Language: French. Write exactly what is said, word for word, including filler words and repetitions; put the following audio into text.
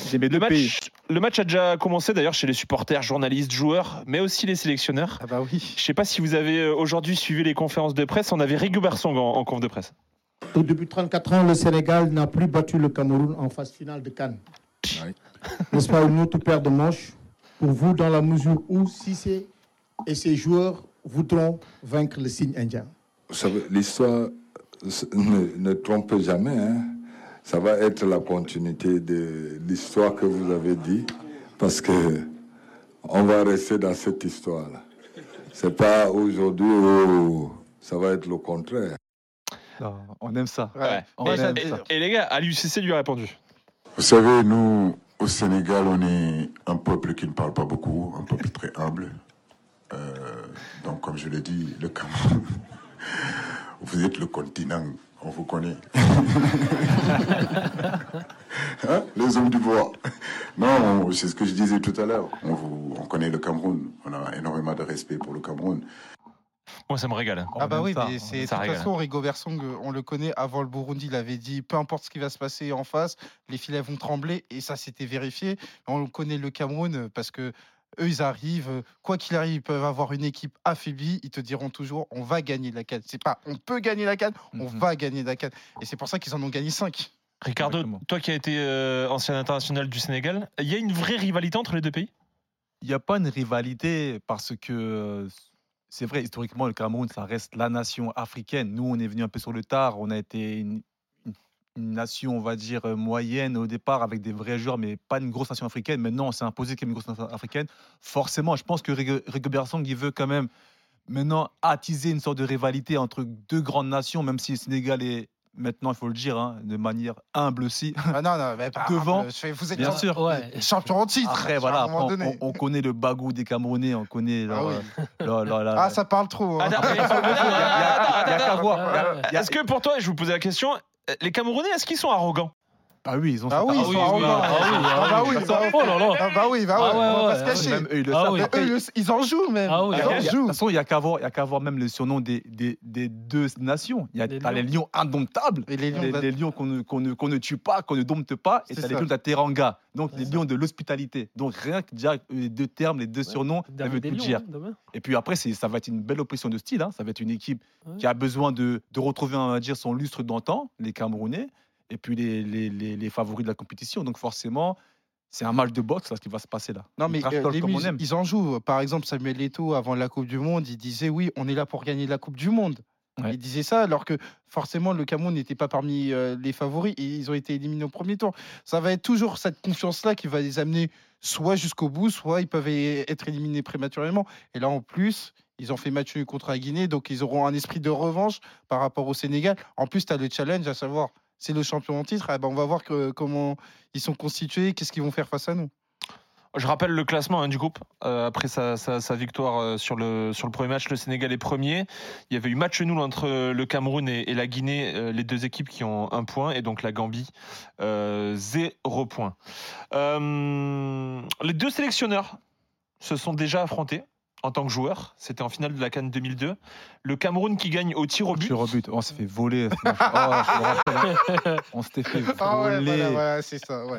Le deux pays. match, le match a déjà commencé d'ailleurs chez les supporters, journalistes, joueurs, mais aussi les sélectionneurs. Ah bah oui. Je ne sais pas si vous avez euh, aujourd'hui suivi les conférences de presse. On avait Rigobert Song en, en conf de presse. Depuis trente-quatre ans, le Sénégal n'a plus battu le Cameroun en phase finale de CAN. Oui. N'est-ce pas une autre paire de manches pour vous, dans la mesure où Cissé et ses joueurs voudront vaincre le signe indien? Vous savez, l'histoire ne, ne trompe jamais. Hein. Ça va être la continuité de l'histoire que vous avez dit, parce que on va rester dans cette histoire-là. C'est pas aujourd'hui où ça va être le contraire. Non, on aime ça. Ouais. On Et, aime et- ça. et les gars, à l'U C C lui a répondu. Vous savez, nous, au Sénégal, on est un peuple qui ne parle pas beaucoup, un peuple très humble. Euh, donc, comme je l'ai dit, le Cameroun, vous êtes le continent, on vous connaît. Hein, les hommes du bois. Non, on- c'est ce que je disais tout à l'heure. On, vous- on connaît le Cameroun, on a énormément de respect pour le Cameroun. Moi, ça me régale. hein. On Ah bah aime oui, ça, mais on c'est aime de ça, toute régale. façon Rigobert Song, on le connaît avant le Burundi, il avait dit peu importe ce qui va se passer en face, les filets vont trembler et ça s'était vérifié. On connaît le Cameroun parce que eux ils arrivent, quoi qu'il arrive, ils peuvent avoir une équipe affaiblie, ils te diront toujours on va gagner la CAN. C'est pas on peut gagner la CAN, on Mhm. va gagner la CAN et c'est pour ça qu'ils en ont gagné cinq. Ricardo, Exactement. toi qui as été euh, ancien international du Sénégal, il y a une vraie rivalité entre les deux pays? Il n'y a pas une rivalité parce que euh, c'est vrai, historiquement, le Cameroun, ça reste la nation africaine. Nous, on est venu un peu sur le tard. On a été une, une- une nation, on va dire, euh, moyenne au départ avec des vrais joueurs, mais pas une grosse nation africaine. Maintenant, on s'est imposé comme une grosse nation africaine. Forcément, je pense que Rigo- Rigobert Song, il veut quand même maintenant attiser une sorte de rivalité entre deux grandes nations, même si le Sénégal est, maintenant, il faut le dire, hein, de manière humble aussi. Ah non, non, mais par Devant, exemple, je fais- vous êtes Bien champ- sûr. Ouais. champion en titre. Après, à voilà, un après, moment on, donné. on- on connaît le bagou des Camerounais, on connaît Ah leur, oui. euh, leur- leur- leur- Ah, ça parle trop. hein. Attends, Il y a- il y a- il y a qu'à voir. Ouais, ouais, ouais. Il y a- Est-ce que pour toi, je vous posais la question, euh, les Camerounais, est-ce qu'ils sont arrogants? Ah oui, ils ont Ah oui, cette- ils oui, sont oui, arrogants. ah oui, Ah bah oui, ah bah oui. oui. Oh là là. Ah bah oui, bah Ah oui, ouais, on va ouais, pas se ouais. cacher. Même eux, ils le Ah savent. oui. Mais Après, eux, le- ils en jouent même. Ah oui, ils il y a- en il y a- de jouent. toute façon, il n'y a qu'à voir, il y a qu'à voir même le surnom des, des, des deux nations. Il y a Les t'as les lions. lions indomptables, Et les lions, les, bah- les lions qu'on ne, qu'on ne, qu'on ne tue pas, qu'on ne dompte pas, et C'est t'as les ça. lions de la Teranga, donc C'est les ça. lions de l'hospitalité. Donc rien que déjà les deux termes, les deux surnoms, ça David veut des tout Lions, dire. hein, demain. Et puis après, c'est, ça va être une belle opposition de style. hein. Ça va être une équipe Ouais. qui a besoin de, de retrouver, on va dire, son lustre d'antan, les Camerounais, et puis les, les, les, les favoris de la compétition. Donc forcément, c'est un match de boxe, là, ce qui va se passer là. Non, Une mais trash euh, talk les comme on mus- aime. ils en jouent. Par exemple, Samuel Eto'o, avant la Coupe du Monde, il disait oui, on est là pour gagner la Coupe du Monde. Ouais. Il disait ça, alors que forcément, le Cameroun n'était pas parmi euh, les favoris et ils ont été éliminés au premier tour. Ça va être toujours cette confiance-là qui va les amener soit jusqu'au bout, soit ils peuvent e- être éliminés prématurément. Et là, en plus, ils ont fait match nul contre la Guinée, donc ils auront un esprit de revanche par rapport au Sénégal. En plus, tu as le challenge, à savoir, c'est le champion en titre. Eh ben, on va voir que- comment ils sont constitués, qu'est-ce qu'ils vont faire face à nous. Je rappelle le classement hein, du groupe. Euh, après sa, sa- sa victoire euh, sur, le, sur le premier match, le Sénégal est premier. Il y avait eu match nul entre euh, le Cameroun et, et la Guinée, euh, les deux équipes qui ont un point, et donc la Gambie, euh, zéro point. Euh, les deux sélectionneurs se sont déjà affrontés en tant que joueurs. C'était en finale de la CAN deux mille deux. Le Cameroun qui gagne au tir au but. Tir au but. On s'est fait voler. ce match. Oh, je me rappelle. On s'était fait voler. Ah ouais, voilà, voilà, c'est ça. Ouais.